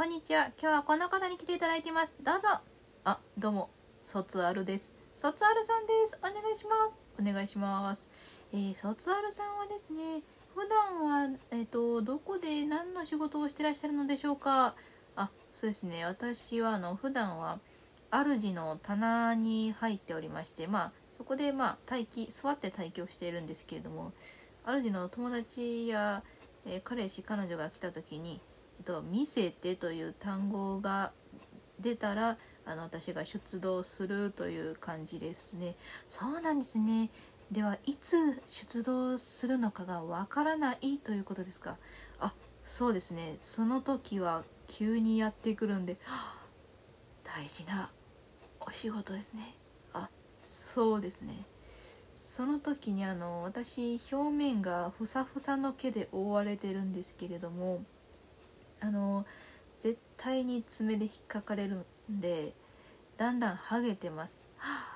んにちは。今日はこの方に来ていただいています。どうぞ。どうも、卒アルです。卒アルさんです。お願いします。お願いします。卒アルさんはですね、普段は、どこで何の仕事をしてらっしゃるのでしょうか。そうですね。私は、普段は、主の棚に入っておりまして、そこで、座って待機をしているんですけれども、主の友達や、彼氏、彼女が来た時に、見せてという単語が出たら私が出動するという感じですね。そうなんですね。ではいつ出動するのかがわからないということですか。そうですね。その時は急にやってくるんで、大事なお仕事ですね。そうですね。その時に私表面がふさふさの毛で覆われてるんですけれども、絶対に爪で引っかかれるんで、だんだん剥げてます。